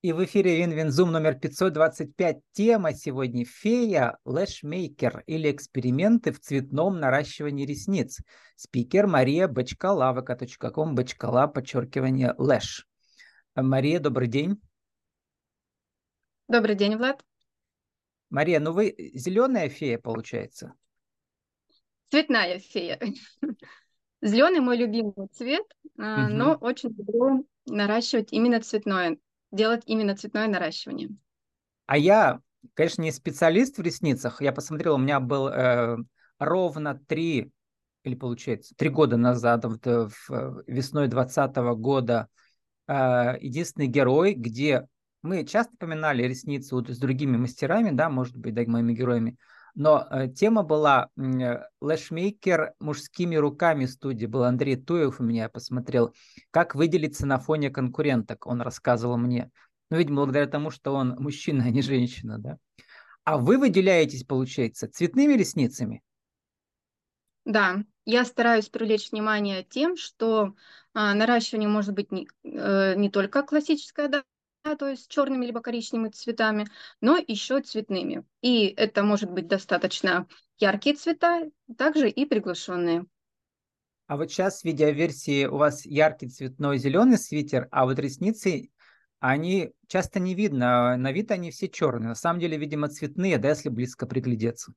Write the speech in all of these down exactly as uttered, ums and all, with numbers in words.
И в эфире Винвинзум номер пятьсот двадцать пять. Тема сегодня фея, лэшмейкер или эксперименты в цветном наращивании ресниц. Спикер Мария Бочкала, вэ ка точка ком, Бочкала, подчеркивание, лэш. Мария, добрый день. Добрый день, Влад. Мария, ну вы зеленая фея, получается? Цветная фея. Зеленый мой любимый цвет, а, но Мгм. очень люблю наращивать именно цветное, делать именно цветное наращивание. А я, конечно, не специалист в ресницах. Я посмотрел, у меня был э, ровно три, или получается, три года назад, вот, э, в, э, весной двадцатого года, э, единственный герой, где мы часто поминали ресницы вот с другими мастерами, да, может быть, да, моими героями, но э, тема была м, э, лэшмейкер мужскими руками студии, был Андрей Туев у меня, я посмотрел, как выделиться на фоне конкуренток, он рассказывал мне. Ну, видимо, благодаря тому, что он мужчина, а не женщина, да. А вы выделяетесь, получается, цветными ресницами? Да, я стараюсь привлечь внимание тем, что а, наращивание может быть не, э, не только классическое, да, да, то есть черными либо коричневыми цветами, но еще цветными. И это может быть достаточно яркие цвета, также и приглушенные. А вот сейчас в видеоверсии у вас яркий цветной зеленый свитер, а вот ресницы, они часто не видно. На вид они все черные. На самом деле, видимо, цветные, да, если близко приглядеться.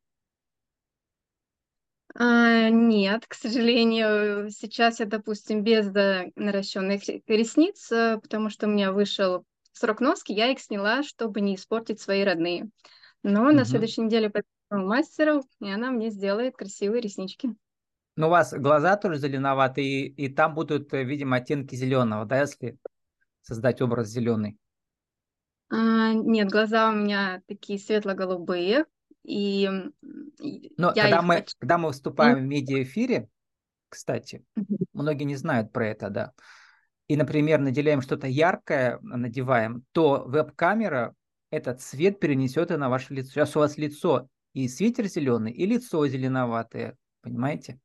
А, нет, к сожалению, сейчас я, допустим, без да, наращенных ре- ресниц, э, потому что у меня вышел срок носки, я их сняла, чтобы не испортить свои родные. Но на Мгм. следующей неделе пойду к мастеру, и она мне сделает красивые реснички. Но у вас глаза тоже зеленоватые, и, и там будут, э, видимо, оттенки зеленого, да, если создать образ зеленый. А, нет, глаза у меня такие светло-голубые, и м, и Но я когда их мы, почти... когда мы выступаем в медиаэфире, кстати, многие не знают про это, да, и, например, наделяем что-то яркое, надеваем, то веб-камера этот цвет перенесет и на ваше лицо. Сейчас у вас лицо и свитер зеленый, и лицо зеленоватое, понимаете?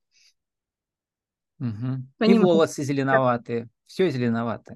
Мгм. И Понимаю. волосы зеленоватые, все зеленоватое.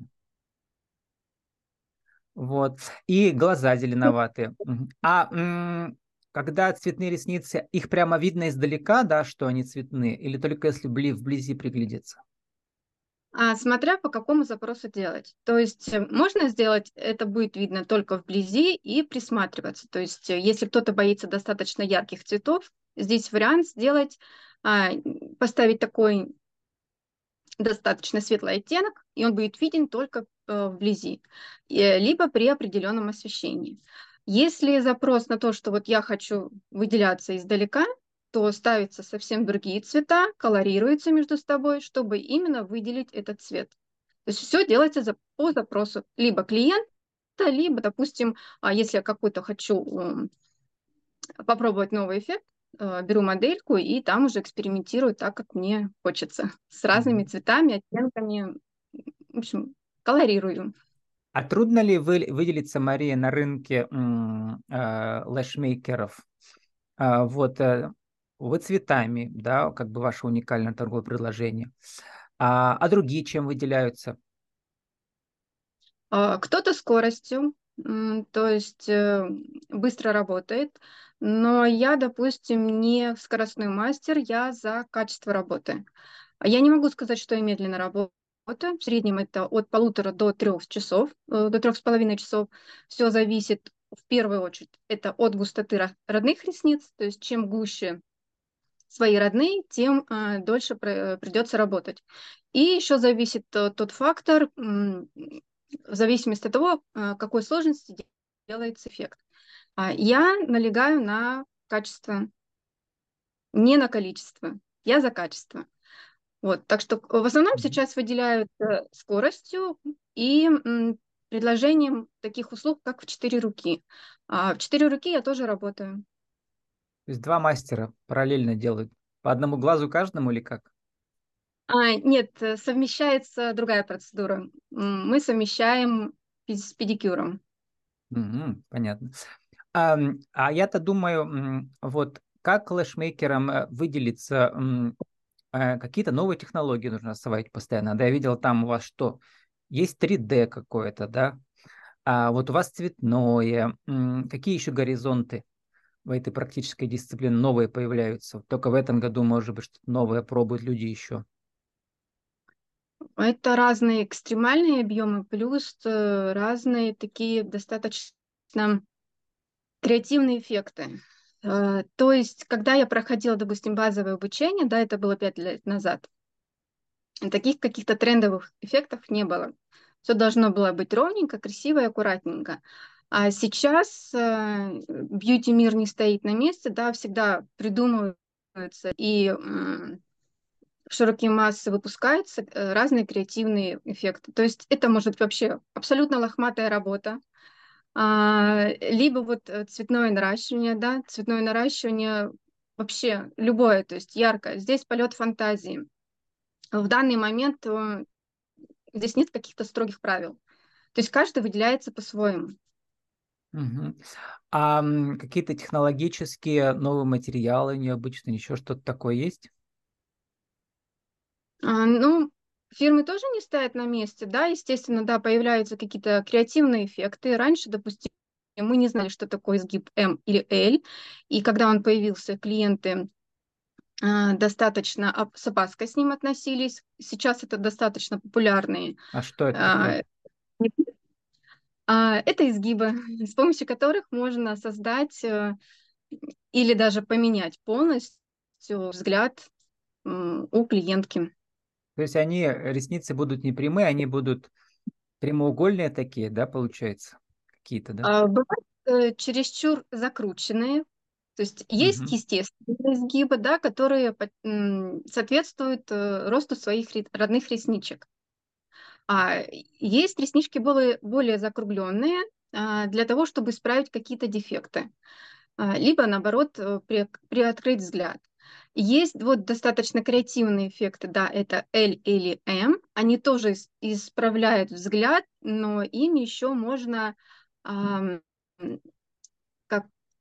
Вот. И глаза зеленоватые. Мгм. А м, когда цветные ресницы, их прямо видно издалека, да, что они цветные, или только если бли- вблизи приглядеться? А, смотря по какому запросу делать. То есть э, можно сделать, это будет видно только вблизи и присматриваться. То есть э, если кто-то боится достаточно ярких цветов, здесь вариант сделать, а, поставить такой достаточно светлый оттенок, и он будет виден только э, вблизи, э, либо при определенном освещении. Если запрос на то, что вот я хочу выделяться издалека, то ставятся совсем другие цвета, колорируются между собой, чтобы именно выделить этот цвет. То есть все делается за, по запросу либо клиента, либо, допустим, а если я какой-то хочу м, попробовать новый эффект, э, беру модельку и там уже экспериментирую так, как мне хочется, с разными Мгм. цветами, оттенками, в общем, колорирую. А трудно ли вы, выделиться, Мария, на рынке м, э, лэшмейкеров? А, вот, э, вы цветами, да, как бы ваше уникальное торговое предложение. А, а другие чем выделяются? А, Кто-то скоростью, м, то есть э, быстро работает, но я, допустим, не скоростной мастер, я за качество работы. А Я не могу сказать, что я медленно работаю. В среднем это от полутора до трех часов, э, до трех с половиной часов. Все зависит в первую очередь это от густоты ро- родных ресниц, то есть чем гуще свои родные, тем э, дольше пр- придется работать. И еще зависит э, тот фактор, м, в зависимости от того, э, какой сложности де- делается эффект. А Я налегаю на качество, не на количество. Я за качество. Вот, так что в основном Мгм. сейчас выделяют э, скоростью и м, предложением таких услуг, как в четыре руки. А в четыре руки я тоже работаю. То есть два мастера параллельно делают. По одному глазу каждому или как? А, нет, э, совмещается другая процедура. М, Мы совмещаем пи- с педикюром. Мгм, понятно. А, м, а я-то думаю, м, вот как лэшмейкерам э, выделиться, м, э, какие-то новые технологии нужно осваивать постоянно. Да, я видел там у вас что? Есть три дэ какое-то, да? А вот у вас цветное. М, Какие еще горизонты в этой практической дисциплине новые появляются? Только в этом году, может быть, что-то новое пробуют люди еще. Это разные экстремальные объемы, плюс э, разные такие достаточно креативные эффекты. Э, То есть, когда я проходила, допустим, базовое обучение, да, это было пять лет назад, таких каких-то трендовых эффектов не было. Все должно было быть ровненько, красиво и аккуратненько. А сейчас э, бьюти-мир не стоит на месте, да, всегда придумываются и м, в широкие массы выпускаются э, разные креативные эффекты. То есть это может быть вообще абсолютно лохматая работа, а, либо вот э, цветное наращивание, да, цветное наращивание вообще любое, то есть яркое. Здесь полет фантазии. В данный момент э, здесь нет каких-то строгих правил. То есть каждый выделяется по-своему. Мгм. А м, какие-то технологические новые материалы необычные, еще что-то такое есть? А, ну, фирмы тоже не стоят на месте, да, естественно, да, появляются какие-то креативные эффекты. Раньше, допустим, мы не знали, что такое изгиб М или L, и когда он появился, клиенты а, достаточно оп- с опаской с ним относились. Сейчас это достаточно популярные. А что это такое? а, а, Это изгибы, с помощью которых можно создать э, или даже поменять полностью взгляд м, у клиентки. То есть они, э, ресницы будут не прямые, они будут прямоугольные такие, да, получается? Какие-то, да? А, Бывают э, чересчур закрученные, то есть есть Мгм. естественные изгибы, да, которые по- м, соответствуют э, росту своих ре- родных ресничек. А есть реснички более, более закругленные а, для того, чтобы исправить какие-то дефекты, а, либо наоборот э, при- приоткрыть взгляд. Есть вот достаточно креативные эффекты, да, это L или M, они тоже ис- исправляют взгляд, но им еще можно ам, как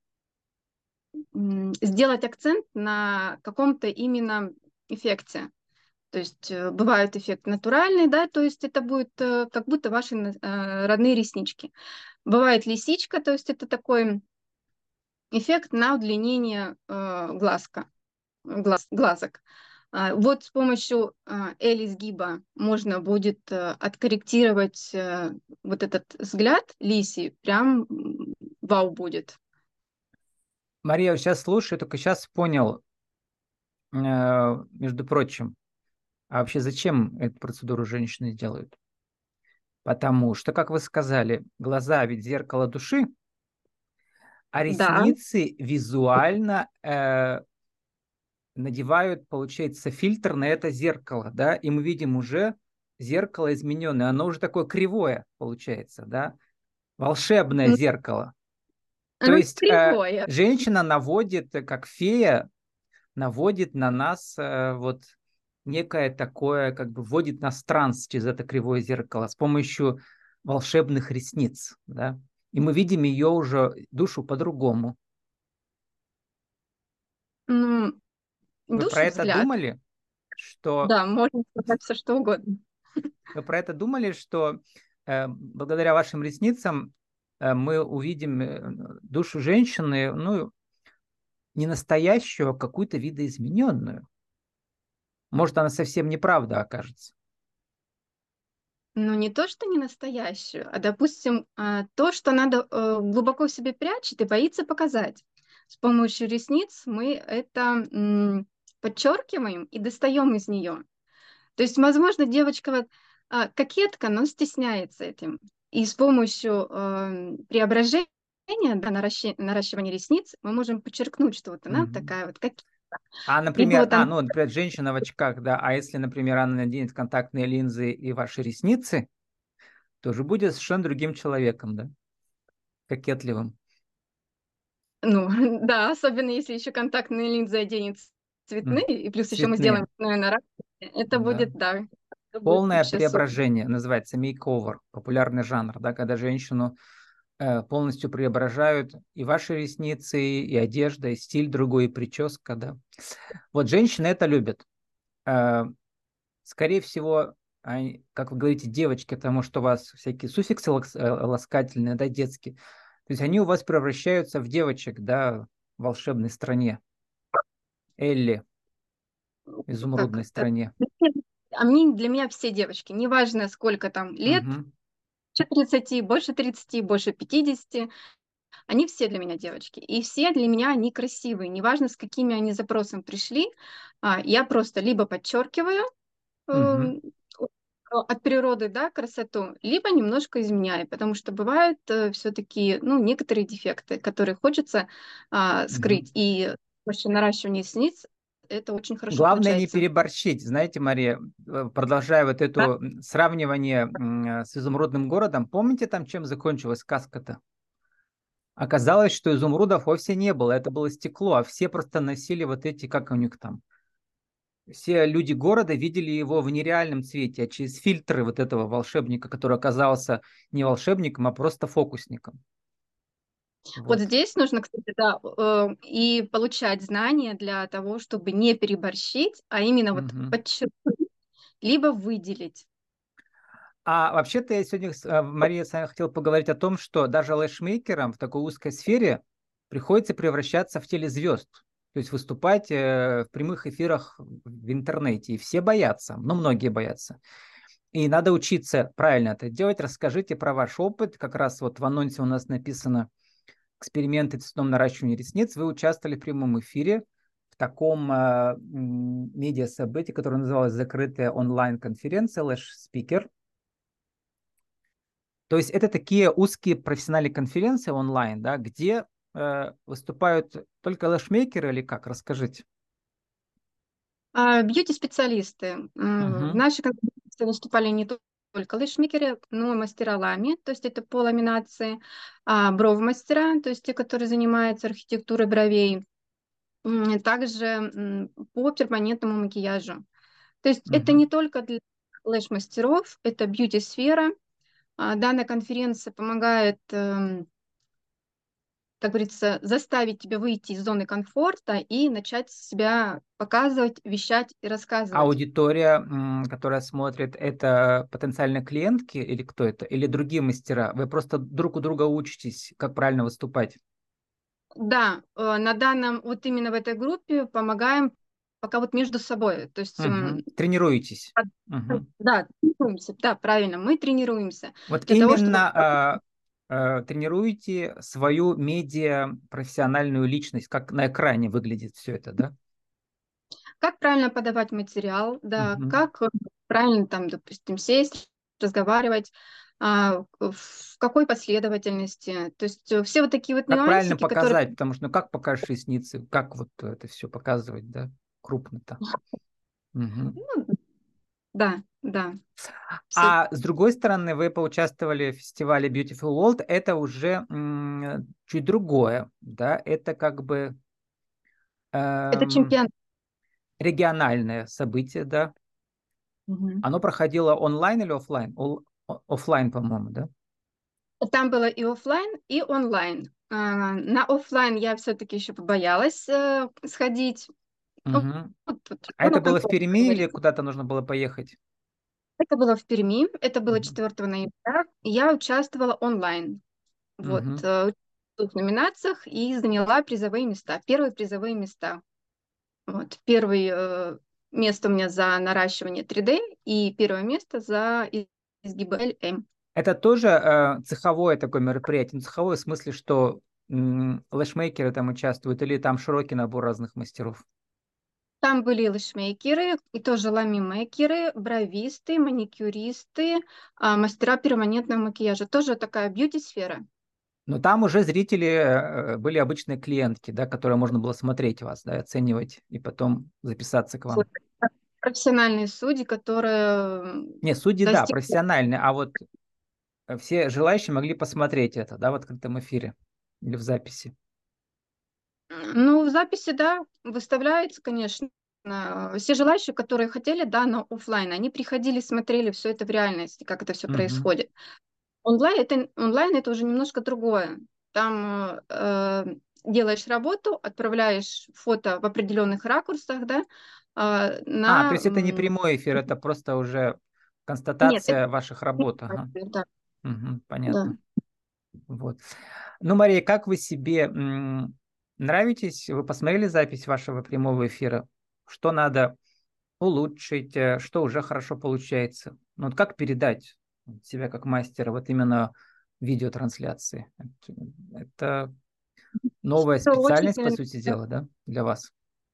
м, сделать акцент на каком-то именно эффекте. То есть э, бывает эффект натуральный, да, то есть это будет э, как будто ваши на- э, родные реснички. Бывает лисичка, то есть это такой эффект на удлинение э, глазка, глаз, глазок. А, Вот с помощью э, L-изгиба можно будет э, откорректировать э, вот этот взгляд лиси, прям м, вау будет. Мария, я сейчас слушаю, только сейчас понял, э, между прочим, а вообще зачем эту процедуру женщины делают? Потому что, как вы сказали, глаза ведь зеркало души, а Да, ресницы визуально э, надевают, получается, фильтр на это зеркало, да, и мы видим уже зеркало измененное, оно уже такое кривое, получается, да, волшебное м, зеркало. То оно есть э, кривое. женщина наводит, э, как фея, наводит на нас э, вот некое такое, как бы вводит нас в транс через это кривое зеркало с помощью волшебных ресниц, да, и мы видим ее уже душу по-другому. Ну, Вы про душу, это взгляд. думали, что Да, можно сказать все что угодно. вы про это думали, что э, благодаря вашим ресницам э, мы увидим э, душу женщины, ну, не настоящую, а какую-то видоизмененную. Может, она совсем неправда окажется. Ну, не то, что не настоящую, а, допустим, а, то, что надо э, глубоко в себе прячет и боится показать. С помощью ресниц мы это м, подчеркиваем и достаем из нее. То есть, возможно, девочка вот, а, кокетка, но стесняется этим. И с помощью э, преображения, да, наращи- наращивания ресниц мы можем подчеркнуть, что вот она Мгм. такая вот, как... А, Либо например, вот а, она... ну, например, женщина в очках, да, а если, например, она наденет контактные линзы и ваши ресницы, тоже будет совершенно другим человеком, да, кокетливым. Ну, да, особенно если еще контактные линзы оденет цветные, М, и плюс еще мы сделаем Цветные, цветное наращивание, это да. будет, да, это будет Полное вообще супер. преображение называется мейковер, популярный жанр, да, когда женщину э, полностью преображают и ваши ресницы, и одежда, и стиль другой, и прическа, да. Вот женщины это любят. Э, Скорее всего, они, как вы говорите, девочки, потому что у вас всякие суффиксы лакс- э, ласкательные, да, детские. То есть они у вас превращаются в девочек, да, в волшебной стране. Элли, в Как? изумрудной э, стране. А мне, для меня все девочки, неважно сколько там лет, Мгм. больше тридцати, больше тридцати, больше пятидесяти, они все для меня девочки. И все для меня они красивые, неважно с какими они запросом пришли. а, Я просто либо подчеркиваю Мгм. эм, от природы, да, красоту, либо немножко изменяю, потому что бывают все-таки, ну, некоторые дефекты, которые хочется а, Мгм. скрыть. И вообще наращивание ресниц это очень хорошо Главное не получается. переборщить. Знаете, Мария, э, продолжая вот это Да? м, сравнивание м, э, с изумрудным городом, помните там, чем закончилась сказка-то? Оказалось, что изумрудов вовсе не было, это было стекло, а все просто носили вот эти, как у них там, все люди города видели его в нереальном цвете, а через фильтры вот этого волшебника, который оказался не волшебником, а просто фокусником. Вот Вот. здесь нужно, кстати, да, э, и получать знания для того, чтобы не переборщить, а именно вот Мгм. подчеркнуть, либо выделить. А вообще-то я сегодня, с- э, Мария, с вами хотел поговорить о том, что даже лэшмейкерам в такой узкой сфере приходится превращаться в телезвезд, то есть выступать э, в прямых эфирах в интернете. И все боятся, ну, многие боятся. И надо учиться правильно это делать. Расскажите про ваш опыт. Как раз вот в анонсе у нас написано «Эксперименты в цветном наращивании ресниц». Вы участвовали в прямом эфире в таком э, м, медиа-событии, которое называлось «Закрытая онлайн-конференция Lash Speaker». То есть это такие узкие профессиональные конференции онлайн, да, где э, выступают только лэшмейкеры или как? Расскажите. А, Бьюти-специалисты. М, В Мгм. нашей конференции выступали не то- только лэшмейкеры, но и мастера лами, то есть это по ламинации, а, бровмастера, то есть те, которые занимаются архитектурой бровей, м, также м, по перманентному макияжу. То есть это не Мгм. только для лэш-мастеров, это бьюти-сфера. А, Данная конференция помогает, эм, как говорится, заставить тебя выйти из зоны комфорта и начать себя показывать, вещать и рассказывать. Аудитория, м, которая смотрит, это потенциальные клиентки или кто это? Или другие мастера? Вы просто друг у друга учитесь, как правильно выступать. Да, э, на данном, вот именно в этой группе помогаем пока вот между собой. То есть, м, Мгм. Тренируетесь. от- Мгм. да, тренируемся, да, правильно, мы тренируемся Вот для того, чтобы именно а, а, тренируете свою медиа-профессиональную личность, как на экране выглядит все это, да? как правильно подавать материал, да, Мгм. как э, правильно там, допустим, сесть, разговаривать, а, в какой последовательности. То есть э, все вот такие вот Как правильно нюансики, которые, показать, потому что ну как покажешь ресницы, как вот это все показывать, да, крупно-то. Мгм. ну, да, да, все. А с другой стороны, вы поучаствовали в фестивале Beautiful World, это уже м, чуть другое, да, это как бы Это эм, чемпионат. региональное событие, да. Мгм. Оно проходило онлайн или оффлайн? Ол- о- Оффлайн, по-моему, да? Там было и оффлайн, и онлайн. А, На оффлайн я все-таки еще побоялась э, сходить. Ну, Мгм. вот, вот, А это зона было в комфорта, как Перми или говорится. куда-то нужно было поехать? Это было в Перми, это было Мгм. четвёртого ноября. И я участвовала онлайн. Вот, Мгм. э, в двух номинациях и заняла призовые места, первые призовые места. Вот, первое место у меня за наращивание три дэ и первое место за из- изгибы эл эм. Это тоже э, цеховое такое мероприятие. Ну, цеховое в смысле, что м, лэшмейкеры там участвуют или там широкий набор разных мастеров? Там были лэшмейкеры, и тоже ламимейкеры, бровисты, маникюристы, а, мастера перманентного макияжа. Тоже такая бьюти-сфера. Но там уже зрители э, были обычные клиентки, да, которые можно было смотреть вас, да, и оценивать и потом записаться к Вот вам. профессиональные судьи, которые м, Не, судьи, да, достигли. профессиональные, а вот э, все желающие могли посмотреть это, да, в открытом эфире или в записи. Ну, в записи, да, выставляется, конечно. А, Все желающие, которые хотели, да, но оффлайн, они приходили, смотрели все это в реальности, как это все Мгм. происходит. Онлайн это, онлайн это уже немножко другое. Там э, делаешь работу, отправляешь фото в определенных ракурсах, да, а, А, то на... есть это не м, прямой эфир, это просто уже Нет, это Констатация ваших не работ. Ага. мастер, да, Мгм, да. понятно. Вот. Ну, Мария, как вы себе м, нравитесь? Вы посмотрели запись вашего прямого эфира? Что надо улучшить, э, что уже хорошо получается? Ну, вот как передать себя как мастера вот именно в видеотрансляции? Это, это новая Это очень, специальность, по э, сути дела, да, для вас?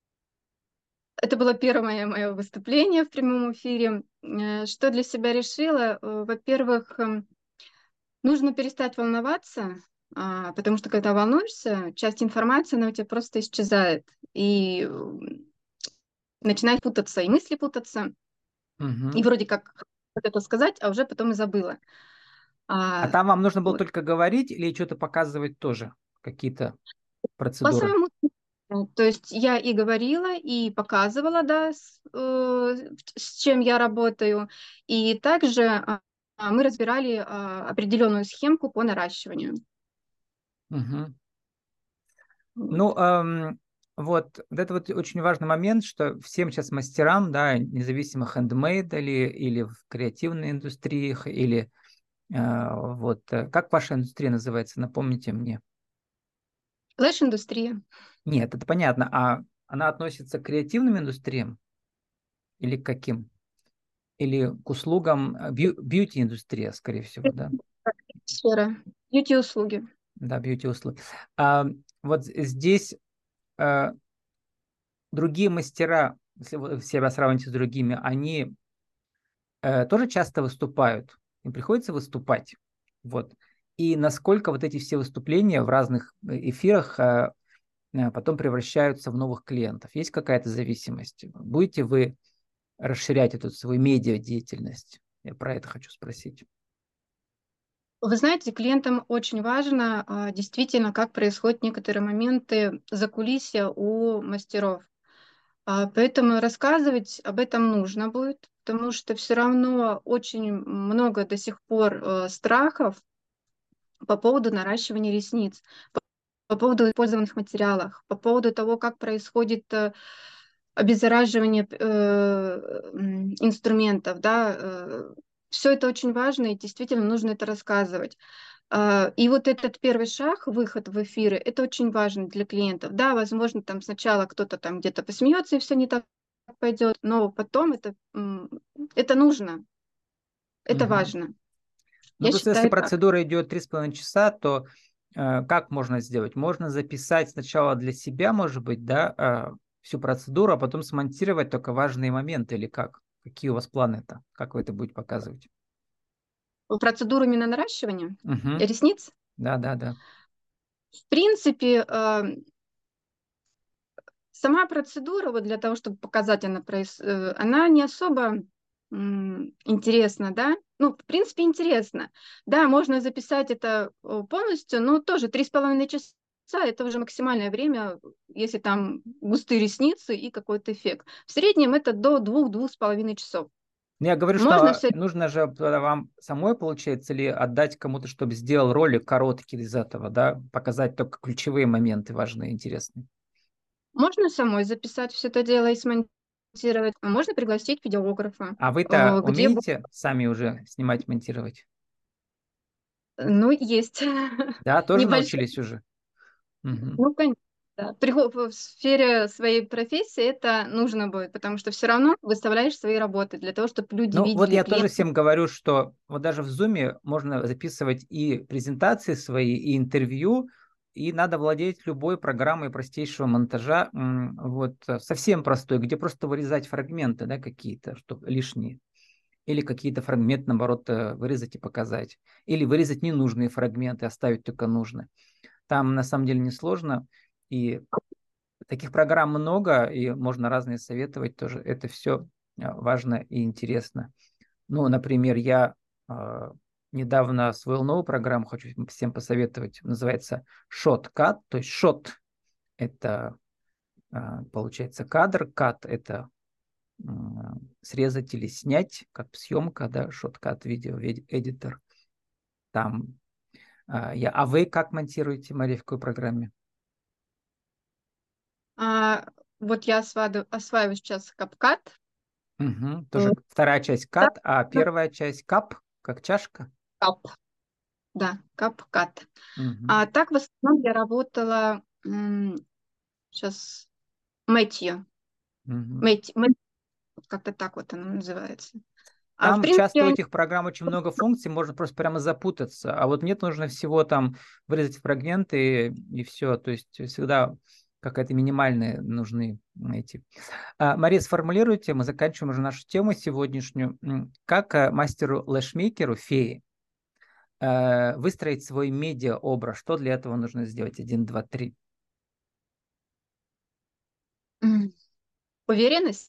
это было первое мое выступление в прямом эфире. Э, Что для себя решила? Э, Во-первых, эм, нужно перестать волноваться, а, потому что когда волнуешься, часть информации, она у тебя просто исчезает. И м, начинает путаться, и мысли путаться. И Мгм. вроде как вот это сказать, а уже потом и забыла. А А, там вам нужно было вот. только говорить или что-то показывать тоже? Какие-то По процедуры? своему, ну, то есть я и говорила, и показывала, да, с, э, с чем я работаю. И также а, а, мы разбирали а, определенную схемку по наращиванию. Мгм. Вот. Ну, ам, вот, вот это вот очень важный момент, что всем сейчас мастерам, да, независимо хендмейд или, или в креативной индустриях, или а, вот, э, как ваша индустрия называется, напомните мне. Флеш-индустрия. Нет, это понятно, а она относится к креативным индустриям или к каким? Или к услугам, а, бью- бьюти-индустрия, скорее всего, да? Сфера. Бьюти-услуги. Да, бьюти-услуги. А, вот здесь а, другие мастера, если вы себя сравните с другими, они э, тоже часто выступают, им приходится выступать. Вот. И насколько вот эти все выступления в разных э, эфирах э, э, потом превращаются в новых клиентов. Есть какая-то зависимость? Будете вы расширять эту свою медиа-деятельность? Я про это хочу спросить. Вы знаете, клиентам очень важно а, действительно, как происходят некоторые моменты закулисья у мастеров. А, Поэтому рассказывать об этом нужно будет, потому что все равно очень много до сих пор э, страхов по поводу наращивания ресниц, по поводу использованных материалов, по поводу того, как происходит э, обеззараживание э, м, инструментов, да, все это очень важно, и действительно нужно это рассказывать. А, И вот этот первый шаг, выход в эфиры, это очень важно для клиентов. Да, возможно, там сначала кто-то там где-то посмеется, и все не так пойдет, но потом это, м, это нужно, это Мгм. важно. Ну, Я просто если считаю так. процедура идет три с половиной часа, то э, как можно сделать? Можно записать сначала для себя, может быть, да, э, всю процедуру, а потом смонтировать только важные моменты или как? Какие у вас планы-то? Как вы это будете показывать? Процедуру именно наращивания Угу. ресниц, Да, да, да. в принципе, э, сама процедура, вот для того, чтобы показать, она, проис- э, она не особо м, интересна, да? Ну, в принципе, интересно. Да, можно записать это э, полностью, но тоже три с половиной часа это уже максимальное время, если там густые ресницы и какой-то эффект. В среднем это до двух-двух с половиной часов. Ну, я говорю, Можно что все. нужно же тогда вам самой, получается, ли отдать кому-то, чтобы сделал ролик короткий из этого, да, показать только ключевые моменты важные, интересные. Можно самой записать все это дело и смонтировать, а можно пригласить видеографа, А вы-то э, где, бу- умеете сами уже снимать, монтировать? ну, есть Да, тоже небольшой. научились уже? Мгм. Ну, конечно. Да. При- В сфере своей профессии это нужно будет, потому что все равно выставляешь свои работы для того, чтобы люди Ну, вот видели, я тоже клиенты. всем говорю, что вот даже в Zoom можно записывать и презентации свои, и интервью, и надо владеть любой программой простейшего монтажа, м, вот э, совсем простой, где просто вырезать фрагменты, да, какие-то, что лишние, или какие-то фрагменты, наоборот, э, вырезать и показать, или вырезать ненужные фрагменты, оставить только нужные. Там на самом деле несложно, и таких программ много, и можно разные советовать тоже. Это все важно и интересно. Ну, например, я э, недавно освоил новую программу, хочу всем посоветовать. Называется Shotcut. То есть Shot– это, э, получается, кадр, Cut– это э, срезать или снять, как съемка, да, Shotcut видео, эдитор. Там э, я. А вы как монтируете, Мария, в какой программе? А, вот я осваиваю, осваиваю сейчас CapCut. Мгм. Э, Тоже вторая часть да, кат, а да, первая часть кап, как чашка. кап, да, кап-кат. Мгм. А так в основном я работала сейчас Мэтью. Мгм. Мэтью, Мэтью, вот как-то так вот оно называется. А в Там принципе часто у они... этих программ очень много функций, можно просто прямо запутаться. А вот нет, нужно всего там вырезать фрагменты и, и все. То есть всегда какая-то минимальные нужны эти. А, Мария, сформулируйте, мы заканчиваем уже нашу тему сегодняшнюю. М, Как э, мастеру лэшмейкеру, феи, э, выстроить свой медиа-образ? Что для этого нужно сделать? Один, два, три. М, Уверенность,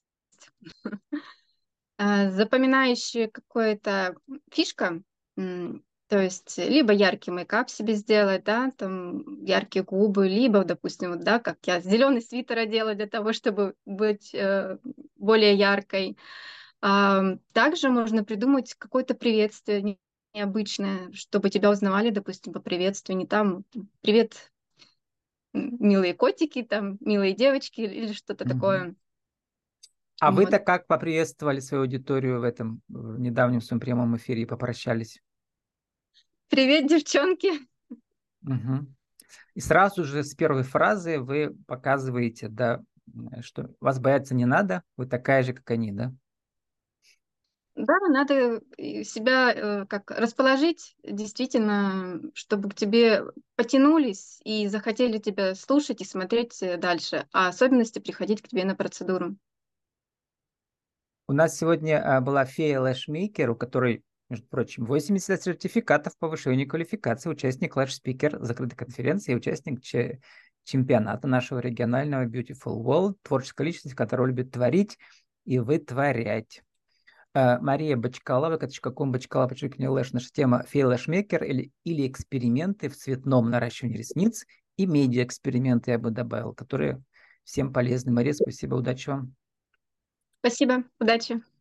а, запоминающая какая-то фишка, м, то есть либо яркий мейкап себе сделать, да, там яркие губы, либо, допустим, вот, да, как я зеленый свитер одела для того, чтобы быть э, более яркой. А, также можно придумать какое-то приветствие не- необычное, чтобы тебя узнавали, допустим, по приветствию, не там «Привет, м, милые котики», там «Милые девочки» или что-то Мгм. такое. А Вот. вы-то как поприветствовали свою аудиторию в этом в недавнем своем прямом эфире и попрощались? «Привет, девчонки». Мгм. И сразу же с первой фразы вы показываете, да, м, что вас бояться не надо, вы такая же, как они, да? Да, надо и себя э, как расположить, действительно, чтобы к тебе потянулись и захотели тебя слушать и смотреть э, дальше, а особенности приходить к тебе на процедуру. У нас сегодня а, была фея лэшмейкер, у которой, между прочим, восемьдесят сертификатов повышения квалификации, участник Lash Speaker закрытой конференции и участник че- чемпионата нашего регионального Beautiful World, творческая личность, которая любит творить и вытворять. А, Мария Бочкалова, ком Бочкалова, подчеркивание Лэш, наша тема фея лэшмейкер или, или эксперименты в цветном наращивании ресниц и медиа-эксперименты, я бы добавил, которые всем полезны. Мария, спасибо, удачи вам. Спасибо, удачи.